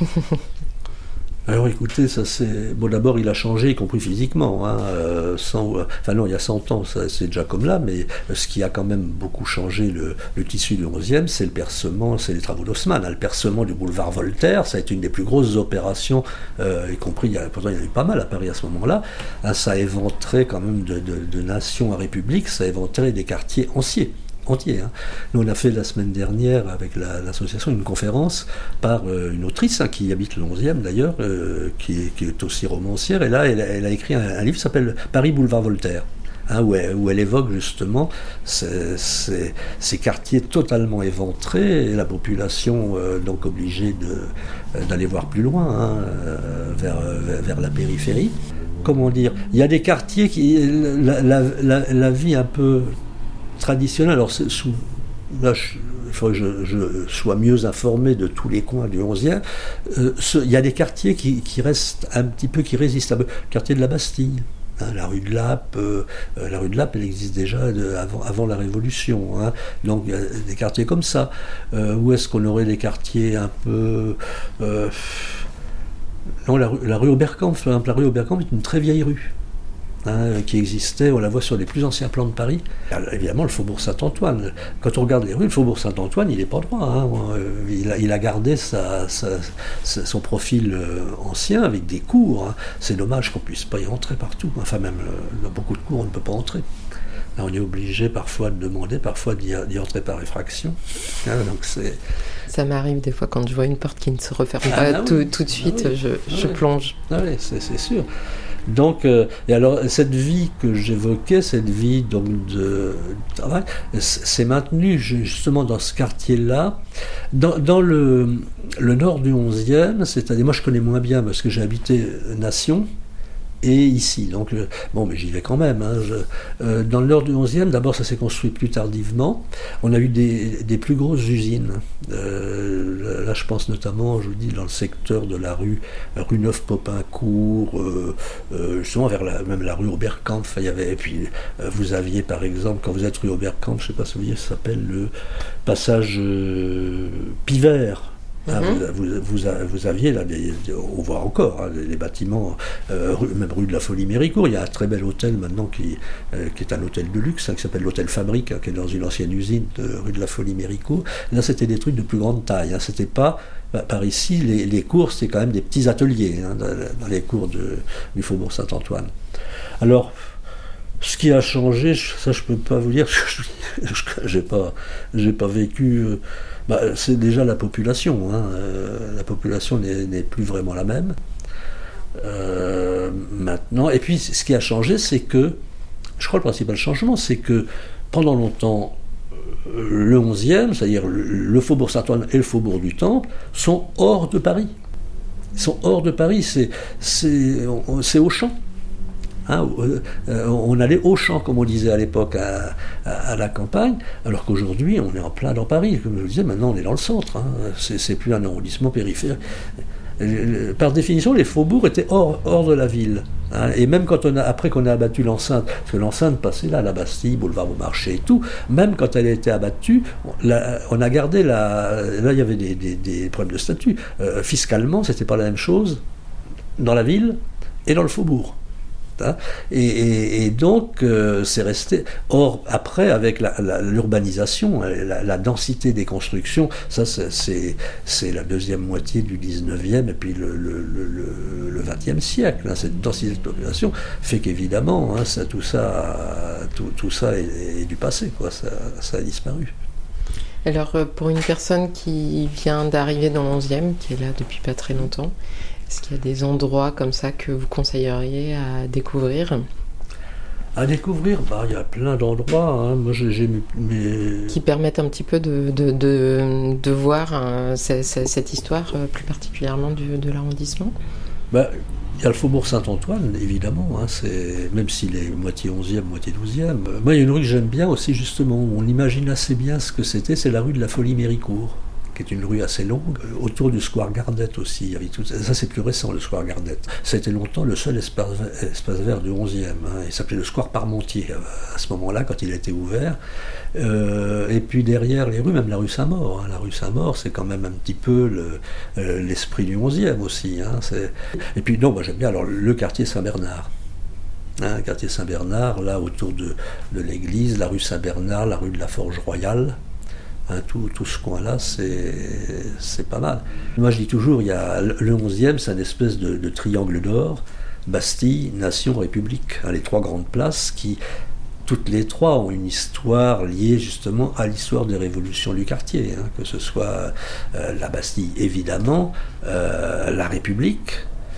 Alors écoutez, ça c'est... Bon, d'abord il a changé, y compris physiquement. Hein, il y a 100 ans, ça, c'est déjà comme là, mais ce qui a quand même beaucoup changé le tissu du 11e, c'est le percement, c'est les travaux d'Haussmann. Le percement du boulevard Voltaire, ça a été une des plus grosses opérations, y compris, pourtant il y en a eu pas mal à Paris à ce moment-là. Hein, ça a éventré quand même de nation à république, ça a éventré des quartiers entiers. Hein. Nous, on a fait la semaine dernière avec l'association une conférence par une autrice qui habite le 11e d'ailleurs, qui est aussi romancière, et là elle a écrit un livre qui s'appelle Paris Boulevard Voltaire. Hein, où elle évoque justement ces quartiers totalement éventrés et la population donc obligée d'aller voir plus loin, vers la périphérie. Comment dire, il y a des quartiers qui la vie un peu traditionnelle. Alors là, il faudrait que je sois mieux informé de tous les coins du 11e. Il y a des quartiers qui restent un petit peu, qui résistent un peu. Le quartier de la Bastille. Hein, la rue de Lappe, elle existe déjà avant la Révolution. Hein. Donc il y a des quartiers comme ça. Où est-ce qu'on aurait des quartiers un peu... Non, la rue Oberkampf, la rue Oberkampf est une très vieille rue. Hein, qui existait, on la voit sur les plus anciens plans de Paris. Alors, évidemment, le faubourg Saint-Antoine. Quand on regarde les rues, le faubourg Saint-Antoine, il n'est pas droit. Hein. Il a gardé son profil ancien avec des cours. Hein. C'est dommage qu'on ne puisse pas y entrer partout. Enfin, même dans beaucoup de cours, on ne peut pas entrer. Là, on est obligé parfois de demander, parfois d'y entrer par effraction. Hein, donc ça m'arrive des fois quand je vois une porte qui ne se referme pas tout de suite, je plonge. Ah oui, c'est sûr. Donc, et alors cette vie que j'évoquais, cette vie donc de travail, c'est maintenu justement dans ce quartier-là, dans le nord du 11e, c'est-à-dire moi je connais moins bien parce que j'ai habité Nation et ici, donc mais j'y vais quand même. Hein, dans le nord du 11e, d'abord ça s'est construit plus tardivement. On a eu des plus grosses usines. Là, je pense notamment, je vous dis, dans le secteur de la rue Neuve-Popincourt, justement vers même la rue Oberkampf. Et puis vous aviez par exemple, quand vous êtes rue Oberkampf, je ne sais pas si vous voyez, ça s'appelle le passage Pivert. Vous aviez là, on voit encore les bâtiments, même rue de la Folie-Méricourt. Il y a un très bel hôtel maintenant qui est un hôtel de luxe, qui s'appelle l'hôtel Fabrique, qui est dans une ancienne usine de rue de la Folie-Méricourt. Là, c'était des trucs de plus grande taille. C'était pas par ici, les cours, c'est quand même des petits ateliers dans les cours du Faubourg Saint-Antoine. Alors, ce qui a changé, ça je peux pas vous dire, j'ai pas vécu. C'est déjà la population. La population n'est plus vraiment la même maintenant. Et puis, ce qui a changé, c'est que, je crois le principal changement, c'est que pendant longtemps, le 11e, c'est-à-dire le Faubourg Saint-Antoine et le Faubourg du Temple, sont hors de Paris. Ils sont hors de Paris, c'est Auchan. On allait au champ, comme on disait à l'époque, à la campagne, alors qu'aujourd'hui, on est en plein dans Paris. Comme je le disais, maintenant, on est dans le centre. C'est plus un arrondissement périphérique. Par définition, les faubourgs étaient hors de la ville. Et même après qu'on a abattu l'enceinte, parce que l'enceinte passait là, la Bastille, boulevard Beaumarchais et tout, même quand elle a été abattue, on a gardé là, il y avait des problèmes de statut. Fiscalement, c'était pas la même chose dans la ville et dans le faubourg. Et donc c'est resté. Or après, avec l'urbanisation, la densité des constructions, ça c'est la deuxième moitié du 19e et puis le 20e siècle. Cette densité de population fait qu'évidemment tout ça est du passé, quoi. Ça a disparu. Alors pour une personne qui vient d'arriver dans le 11e, qui est là depuis pas très longtemps, est-ce qu'il y a des endroits comme ça que vous conseilleriez à découvrir ? À découvrir, il y a plein d'endroits. Moi, qui permettent un petit peu de voir cette histoire, plus particulièrement de l'arrondissement. Il y a le Faubourg Saint-Antoine, évidemment. Même s'il est moitié 11e, moitié 12e. Moi, il y a une rue que j'aime bien aussi, justement, où on imagine assez bien ce que c'était. C'est la rue de la Folie-Méricourt, qui est une rue assez longue, autour du Square Gardette aussi. Il y avait ça, c'est plus récent, le Square Gardette. Ça a été longtemps le seul espace vert du 11e. Il s'appelait le Square Parmentier, à ce moment-là, quand il a été ouvert. Et puis derrière les rues, même la rue Saint-Maur. La rue Saint-Maur, c'est quand même un petit peu l'esprit du 11e aussi. Et puis, non, moi j'aime bien le quartier Saint-Bernard. Le quartier Saint-Bernard, là, autour de l'église, la rue Saint-Bernard, la rue de la Forge Royale. Tout ce coin-là, c'est pas mal. Moi, je dis toujours, il y a le 11e, c'est une espèce de triangle d'or, Bastille, Nation, République. Les trois grandes places qui, toutes les trois, ont une histoire liée justement à l'histoire des révolutions du quartier. Que ce soit la Bastille, évidemment, la République.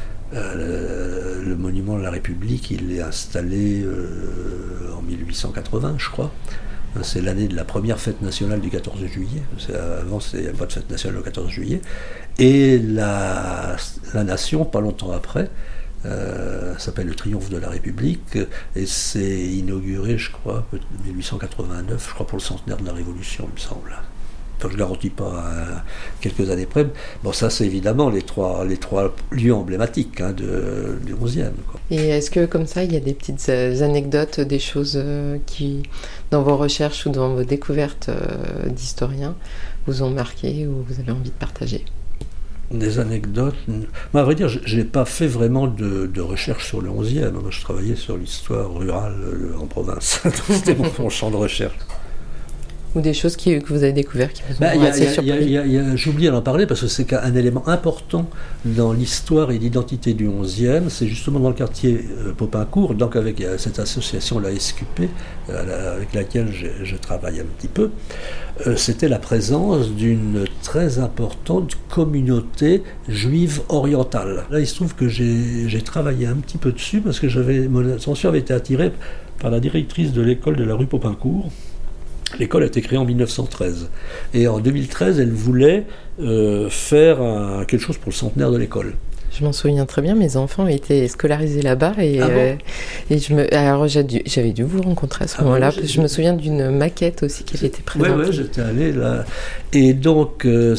Le monument de la République, il est installé en 1880, je crois. C'est l'année de la première fête nationale du 14 juillet. Avant, il n'y avait pas de fête nationale le 14 juillet. Et la Nation, pas longtemps après, s'appelle le Triomphe de la République. Et c'est inauguré, je crois, 1889, je crois, pour le centenaire de la Révolution, il me semble. Enfin, je ne garantis pas quelques années près. Bon, ça, c'est évidemment les trois lieux emblématiques du 11e. Quoi. Et est-ce que, comme ça, il y a des petites anecdotes, des choses qui, dans vos recherches ou dans vos découvertes d'historiens, vous ont marqué ou vous avez envie de partager ? Des anecdotes. Moi, à vrai dire, je n'ai pas fait vraiment de recherche sur le 11e. Moi, je travaillais sur l'histoire rurale en province. C'était mon champ de recherche. Ou des choses que vous avez découvertes qui vous ont assez surpris. J'ai oublié d'en parler parce que c'est un élément important dans l'histoire et l'identité du 11e. C'est justement dans le quartier Popincourt, donc avec cette association, la SQP, avec laquelle je travaille un petit peu. C'était la présence d'une très importante communauté juive orientale. Là, il se trouve que j'ai travaillé un petit peu dessus parce que mon attention avait été attirée par la directrice de l'école de la rue Popincourt. L'école a été créée en 1913. Et en 2013, elle voulait faire quelque chose pour le centenaire de l'école. Je m'en souviens très bien, mes enfants étaient scolarisés là-bas et, alors j'avais dû vous rencontrer à ce moment-là. Je me souviens d'une maquette aussi qui avait été présentée. Oui, j'étais allé là. Et donc, elle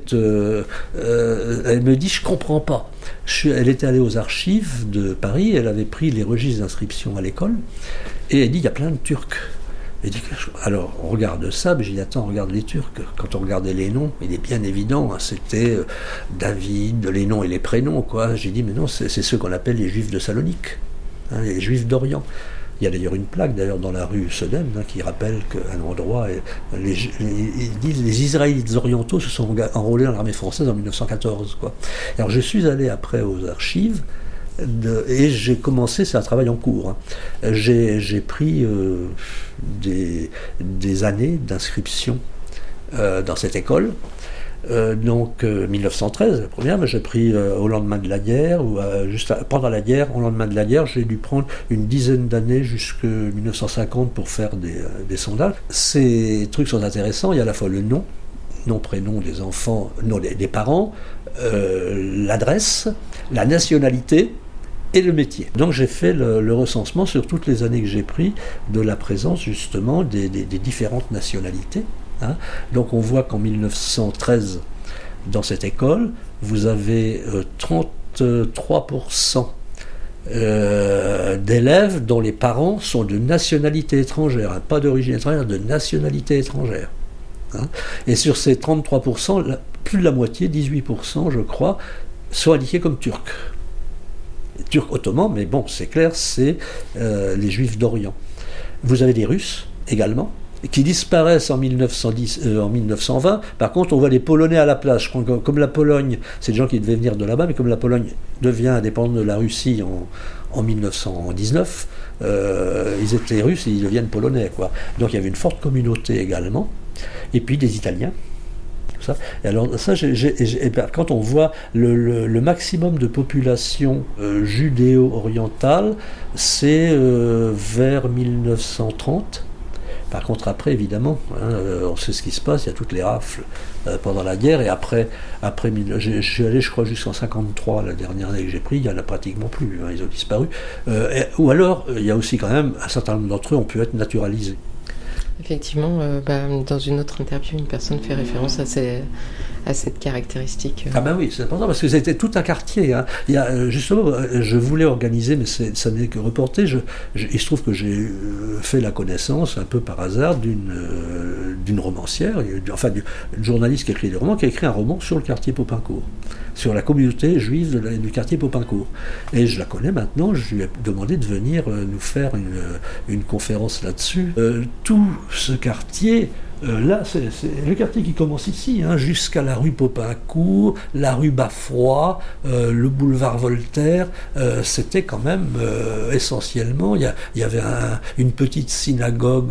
me dit, je comprends pas. Elle était allée aux archives de Paris, elle avait pris les registres d'inscription à l'école, et elle dit, il y a plein de Turcs. Et alors, on regarde ça, mais j'ai dit, attends, on regarde les Turcs. Quand on regardait les noms, il est bien évident, hein, c'était David, les noms et les prénoms, quoi. J'ai dit, mais non, c'est ceux qu'on appelle les Juifs de Salonique, hein, les Juifs d'Orient. Il y a d'ailleurs une plaque, d'ailleurs, dans la rue Sedan, hein, qui rappelle qu'un endroit... ils disent, les Israélites orientaux se sont enrôlés dans l'armée française en 1914, quoi. Alors, je suis allé après aux archives, et j'ai commencé, c'est un travail en cours, hein. J'ai pris des années d'inscription dans cette école. Donc 1913, la première, j'ai pris au lendemain de la guerre, ou pendant la guerre, au lendemain de la guerre, j'ai dû prendre une dizaine d'années jusqu'en 1950 pour faire des sondages. Ces trucs sont intéressants, il y a à la fois le nom, prénom des enfants, non, des parents, l'adresse, la nationalité, et le métier. Donc j'ai fait le recensement sur toutes les années que j'ai pris de la présence justement des différentes nationalités. Hein. Donc on voit qu'en 1913, dans cette école, vous avez 33% d'élèves dont les parents sont de nationalité étrangère, hein, pas d'origine étrangère, de nationalité étrangère. Hein. Et sur ces 33%, plus de la moitié, 18% je crois, sont indiqués comme turcs. Turcs ottomans, mais bon, c'est clair, c'est les Juifs d'Orient. Vous avez des Russes également, qui disparaissent en 1920. Par contre, on voit les Polonais à la place. Je crois que comme la Pologne, c'est des gens qui devaient venir de là-bas, mais comme la Pologne devient indépendante de la Russie en 1919, ils étaient Russes et ils deviennent Polonais, quoi. Donc il y avait une forte communauté également. Et puis des Italiens. Ça. Et alors ça, quand on voit le maximum de population judéo-orientale, c'est vers 1930. Par contre, après, évidemment, hein, on sait ce qui se passe, il y a toutes les rafles pendant la guerre, et après je suis allé, je crois, jusqu'en 53, la dernière année que j'ai pris, il n'y en a pratiquement plus, hein, ils ont disparu. Ou alors, il y a aussi quand même, un certain nombre d'entre eux ont pu être naturalisés. Effectivement, dans une autre interview, une personne fait référence à cette caractéristique. Ah ben oui, c'est important parce que c'était tout un quartier. Hein. Il y a, justement, je voulais organiser, mais ça n'est que reporté. Il se trouve que j'ai fait la connaissance, un peu par hasard, d'une romancière, enfin d'une journaliste qui écrit des romans, qui a écrit un roman sur le quartier Popincourt, sur la communauté juive du quartier Popincourt. Et je la connais maintenant, je lui ai demandé de venir nous faire une conférence là-dessus. Tout ce quartier... là, c'est le quartier qui commence ici, hein, jusqu'à la rue Popincourt, la rue Baffroy, le boulevard Voltaire. C'était quand même essentiellement, il y avait une petite synagogue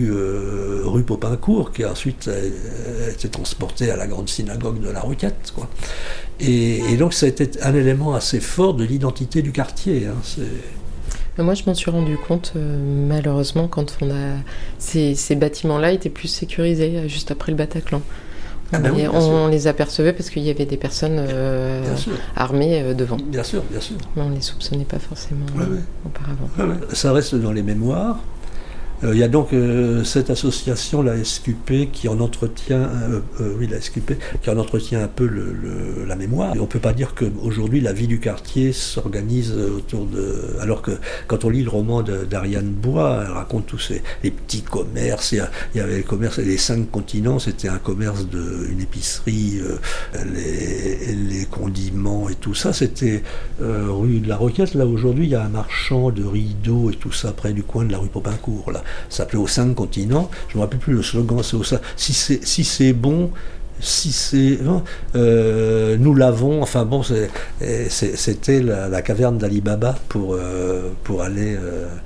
rue Popincourt qui ensuite a été transportée à la grande synagogue de la Roquette, quoi. Et donc ça a été un élément assez fort de l'identité du quartier. Hein, moi, je m'en suis rendu compte, malheureusement, quand ces bâtiments-là étaient plus sécurisés, juste après le Bataclan. On les apercevait parce qu'il y avait des personnes armées devant. Bien sûr, bien sûr. Mais on ne les soupçonnait pas forcément auparavant. Ça reste dans les mémoires. Il y a donc cette association, la SQP, qui en entretient, qui en entretient un peu la mémoire. Et on ne peut pas dire qu'aujourd'hui la vie du quartier s'organise autour de... Alors que quand on lit le roman d'Ariane Bois, elle raconte tous les petits commerces. Il y avait les commerces, les 5 continents, c'était un commerce une épicerie, les condiments et tout ça. C'était rue de la Roquette. Là aujourd'hui, il y a un marchand de rideaux et tout ça près du coin de la rue Popincourt. Là. Ça s'appelait aux 5 continents, je ne me rappelle plus le slogan, c'est si c'est bon, si c'est... nous l'avons, enfin bon, c'était la caverne d'Ali Baba pour aller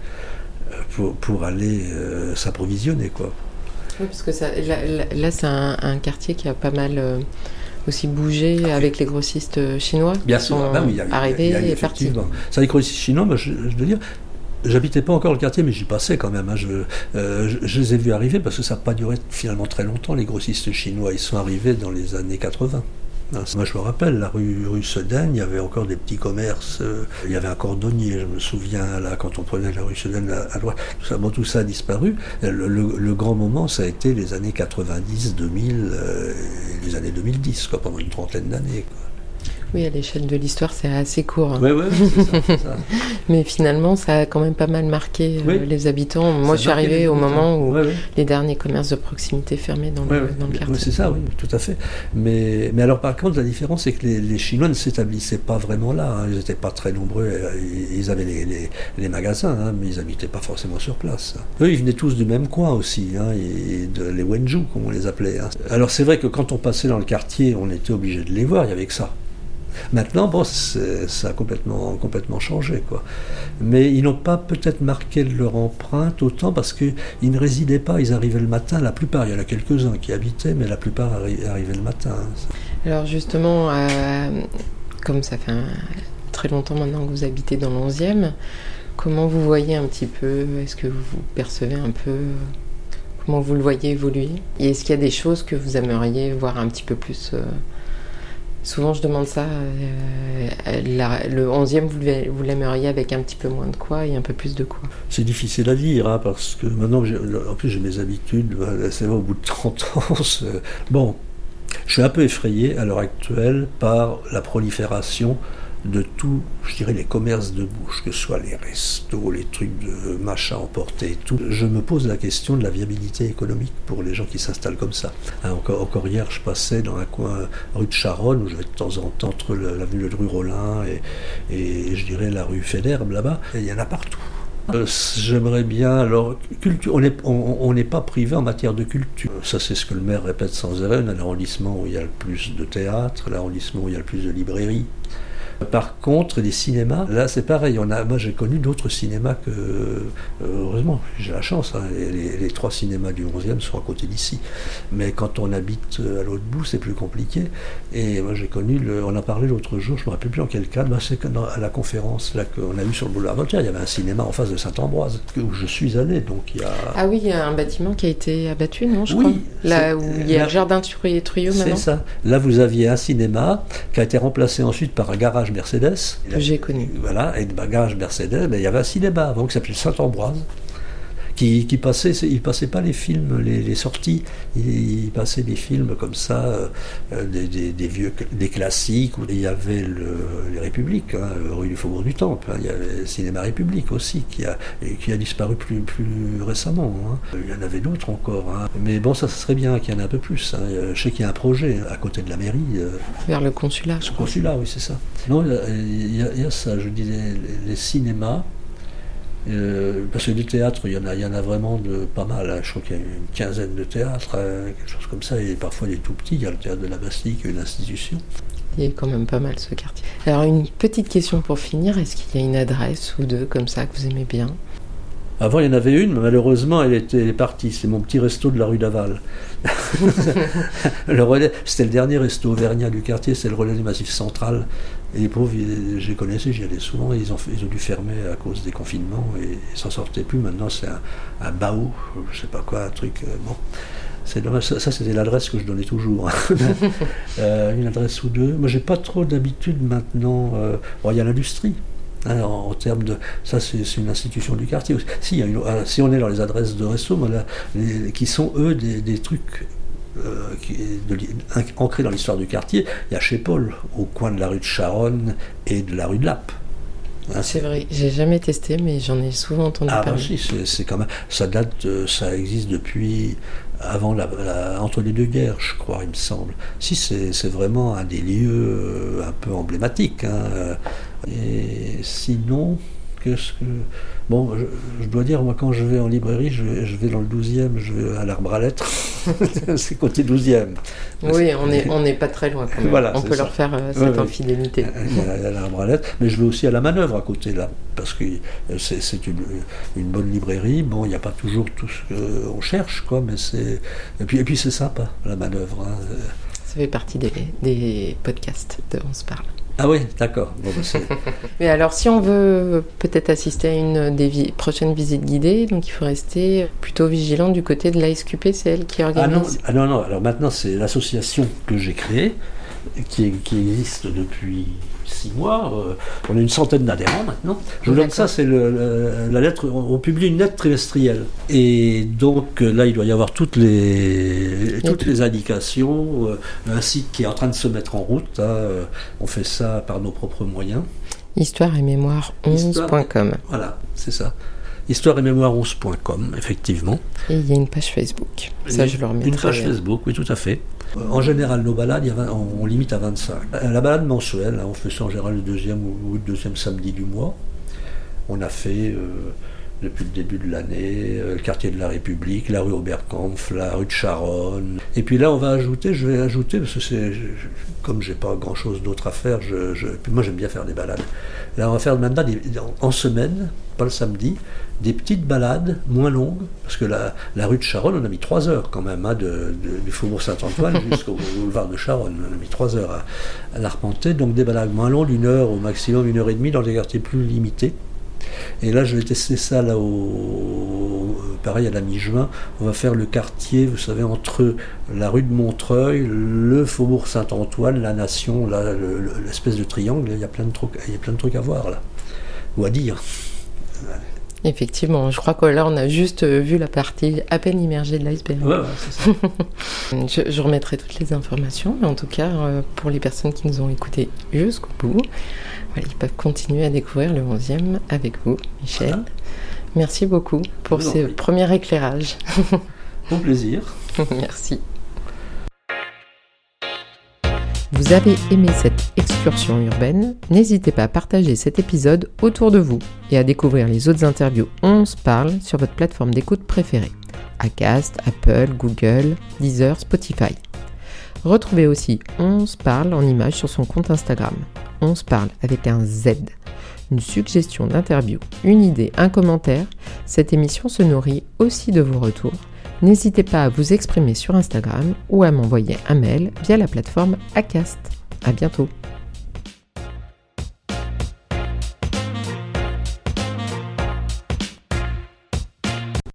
s'approvisionner, quoi. Oui, parce que là c'est un quartier qui a pas mal... aussi bougé avec les grossistes chinois bien qui sûr, sont arrivés et partis. Ça, les grossistes chinois, je dois dire... J'habitais pas encore le quartier, mais j'y passais quand même. Hein. Je les ai vus arriver parce que ça n'a pas duré finalement très longtemps, les grossistes chinois. Ils sont arrivés dans les années 80. Moi, je me rappelle, la rue Sedaine, il y avait encore des petits commerces. Il y avait un cordonnier, je me souviens, là, quand on prenait la rue Sedaine à droite. Tout ça a disparu. Le grand moment, ça a été les années 90, 2000, les années 2010, quoi, pendant une trentaine d'années, quoi. Oui, à l'échelle de l'histoire, c'est assez court. Oui, c'est ça. Mais finalement, ça a quand même pas mal marqué les habitants. Moi, je suis arrivée au moment où les derniers commerces de proximité fermaient dans le quartier. Oui, c'est ça, oui, tout à fait. Mais alors, par contre, la différence, c'est que les Chinois ne s'établissaient pas vraiment là. Hein. Ils n'étaient pas très nombreux. Ils avaient les magasins, hein, mais ils n'habitaient pas forcément sur place. Eux, ils venaient tous du même coin aussi, hein, les Wenzhou, comme on les appelait. Hein. Alors, c'est vrai que quand on passait dans le quartier, on était obligé de les voir. Il n'y avait que ça. Maintenant, bon, ça a complètement changé, quoi. Mais ils n'ont pas peut-être marqué leur empreinte autant parce qu'ils ne résidaient pas, ils arrivaient le matin, la plupart, il y en a quelques-uns qui habitaient, mais la plupart arrivaient le matin. Alors justement, comme ça fait très longtemps maintenant que vous habitez dans le 11e, comment vous voyez un petit peu, est-ce que vous percevez un peu comment vous le voyez évoluer? Et est-ce qu'il y a des choses que vous aimeriez voir un petit peu plus Souvent, je demande ça. Le 11e, vous l'aimeriez avec un petit peu moins de quoi et un peu plus de quoi? C'est difficile à dire, hein, parce que maintenant, en plus, j'ai mes habitudes. C'est vrai, au bout de 30 ans. Bon, je suis un peu effrayé à l'heure actuelle par la prolifération de tout, je dirais, les commerces de bouche, que ce soit les restos, les trucs de machin emportés et tout. Je me pose la question de la viabilité économique pour les gens qui s'installent comme ça. Hein, encore hier, je passais dans un coin rue de Charonne, où je vais de temps en temps entre l'avenue de rue Rollin et je dirais la rue Fédère, là-bas, et il y en a partout. J'aimerais bien, alors, on n'est pas privé en matière de culture. Ça, c'est ce que le maire répète sans arrêt. On a l'arrondissement où il y a le plus de théâtre, l'arrondissement où il y a le plus de librairies. Par contre, les cinémas, là c'est pareil. Moi j'ai connu d'autres cinémas que, heureusement, j'ai la chance, hein, les 3 cinémas du 11e sont à côté d'ici. Mais quand on habite à l'autre bout, c'est plus compliqué. Et moi j'ai connu, on a parlé l'autre jour, je ne me rappelle plus en quel cadre, c'est à la conférence là, qu'on a eue sur le boulevard Voltaire, il y avait un cinéma en face de Saint-Ambroise, où je suis allé. Donc, il y a... Ah oui, il y a un bâtiment qui a été abattu, non, je crois. Là où il y a le jardin Truyot maintenant. C'est ça. Là vous aviez un cinéma qui a été remplacé ensuite par un garage Mercedes. Que j'ai connu. Voilà, et de bagage Mercedes, mais il y avait un cinéma avant qui s'appelait Saint-Ambroise, qui passait, il passait pas les films, les sorties, il passait des films comme ça, des classiques, où il y avait les Républiques, hein, rue du Faubourg du Temple, hein, il y avait le cinéma République aussi, qui a disparu plus récemment. Hein. Il y en avait d'autres encore, hein. Mais bon, ça serait bien qu'il y en ait un peu plus. Hein. Je sais qu'il y a un projet à côté de la mairie. Vers le consulat, je crois. Le consulat, oui, c'est ça. Non, il y a ça, je dis les cinémas. Parce que du théâtre, il y en a vraiment pas mal. Hein. Je crois qu'il y a une quinzaine de théâtres, quelque chose comme ça, et parfois des tout petits. Il y a le théâtre de la Bastille, qui est une institution. Il est quand même pas mal ce quartier. Alors une petite question pour finir, est-ce qu'il y a une adresse ou deux comme ça que vous aimez bien? Avant, il y en avait une, mais malheureusement, elle est partie. C'est mon petit resto de la rue d'Aval. Le relais, c'était le dernier resto auvergnat du quartier, c'est le relais du Massif Central. Et les pauvres, je les connaissais, j'y allais souvent, et ils ont dû fermer à cause des confinements, et ils s'en sortaient plus. Maintenant, c'est un bao, je sais pas quoi, un truc. Bon, c'est dommage. Ça, c'était l'adresse que je donnais toujours. Une adresse ou deux. Moi, j'ai pas trop d'habitude maintenant. Il y a l'industrie. Hein, en termes de... Ça, c'est une institution du quartier. Si on est dans les adresses de resto, qui sont, eux, des trucs ancrés dans l'histoire du quartier, il y a chez Paul, au coin de la rue de Charonne et de la rue de Lappe. Hein, c'est vrai, j'ai jamais testé, mais j'en ai souvent entendu parler. Ah, si, c'est quand même... Ça date, ça existe depuis... avant entre les deux guerres, je crois, il me semble. Si, c'est vraiment un des lieux un peu emblématiques. Hein. Et sinon, qu'est-ce que... Bon, je dois dire, moi, quand je vais en librairie, je vais dans le 12e, je vais à l'Arbre à Lettres. C'est côté 12e. Oui, on n'est pas très loin quand même. Voilà, on peut leur faire cette infidélité. Il y a l'Arbre à Lettres, mais je vais aussi à la Manœuvre à côté, là, parce que c'est une bonne librairie. Bon, il n'y a pas toujours tout ce qu'on cherche, quoi, mais c'est... Et puis c'est sympa, la Manœuvre. Hein. Ça fait partie des podcasts de On se parle. Ah oui, d'accord. Bon, mais alors, si on veut peut-être assister à une des prochaines visites guidées, donc il faut rester plutôt vigilant du côté de l'ASQP, c'est elle qui organise. Ah non. Alors maintenant, c'est l'association que j'ai créée, qui existe depuis 6 mois. On a une centaine d'adhérents maintenant. Je vous donne ça, c'est la lettre. On publie une lettre trimestrielle. Et donc là, il doit y avoir toutes les indications. Un site qui est en train de se mettre en route. On fait ça par nos propres moyens. Histoire et mémoire 11.com. Voilà, c'est ça. Histoire et mémoire 11.com, effectivement. Et il y a une page Facebook. Ça, je le remettrai. Une page Facebook, oui, tout à fait. En général, nos balades, on limite à 25. La balade mensuelle, on fait ça en général le deuxième ou le deuxième samedi du mois. On a fait, depuis le début de l'année, le quartier de la République, la rue Oberkampf, la rue de Charonne. Et puis là, je vais ajouter, parce que comme j'ai pas grand-chose d'autre à faire, puis moi j'aime bien faire des balades. Là, on va faire maintenant, en semaine, pas le samedi, des petites balades moins longues, parce que la rue de Charonne, on a mis 3 heures quand même, du Faubourg Saint-Antoine jusqu'au boulevard de Charonne. On a mis 3 heures à l'arpenter, donc des balades moins longues, 1 heure au maximum, 1h30 dans des quartiers plus limités. Et là, je vais tester ça là pareil à la mi-juin. On va faire le quartier, vous savez, entre la rue de Montreuil, le Faubourg Saint-Antoine, la Nation, là, l'espèce de triangle. Il y a plein de trucs à voir là, ou à dire. Effectivement, je crois que là, on a juste vu la partie à peine immergée de l'iceberg. Ouais, c'est ça. je remettrai toutes les informations, mais en tout cas, pour les personnes qui nous ont écoutés jusqu'au bout, voilà, ils peuvent continuer à découvrir le 11e avec vous, Michel. Voilà. Merci beaucoup pour ce premier éclairage. Bon plaisir. Merci. Vous avez aimé cette excursion urbaine? N'hésitez pas à partager cet épisode autour de vous et à découvrir les autres interviews On se parle sur votre plateforme d'écoute préférée. Acast, Apple, Google, Deezer, Spotify. Retrouvez aussi On se parle en image sur son compte Instagram. On se parle avec un Z. Une suggestion d'interview, une idée, un commentaire, cette émission se nourrit aussi de vos retours. N'hésitez pas à vous exprimer sur Instagram ou à m'envoyer un mail via la plateforme Acast. À bientôt.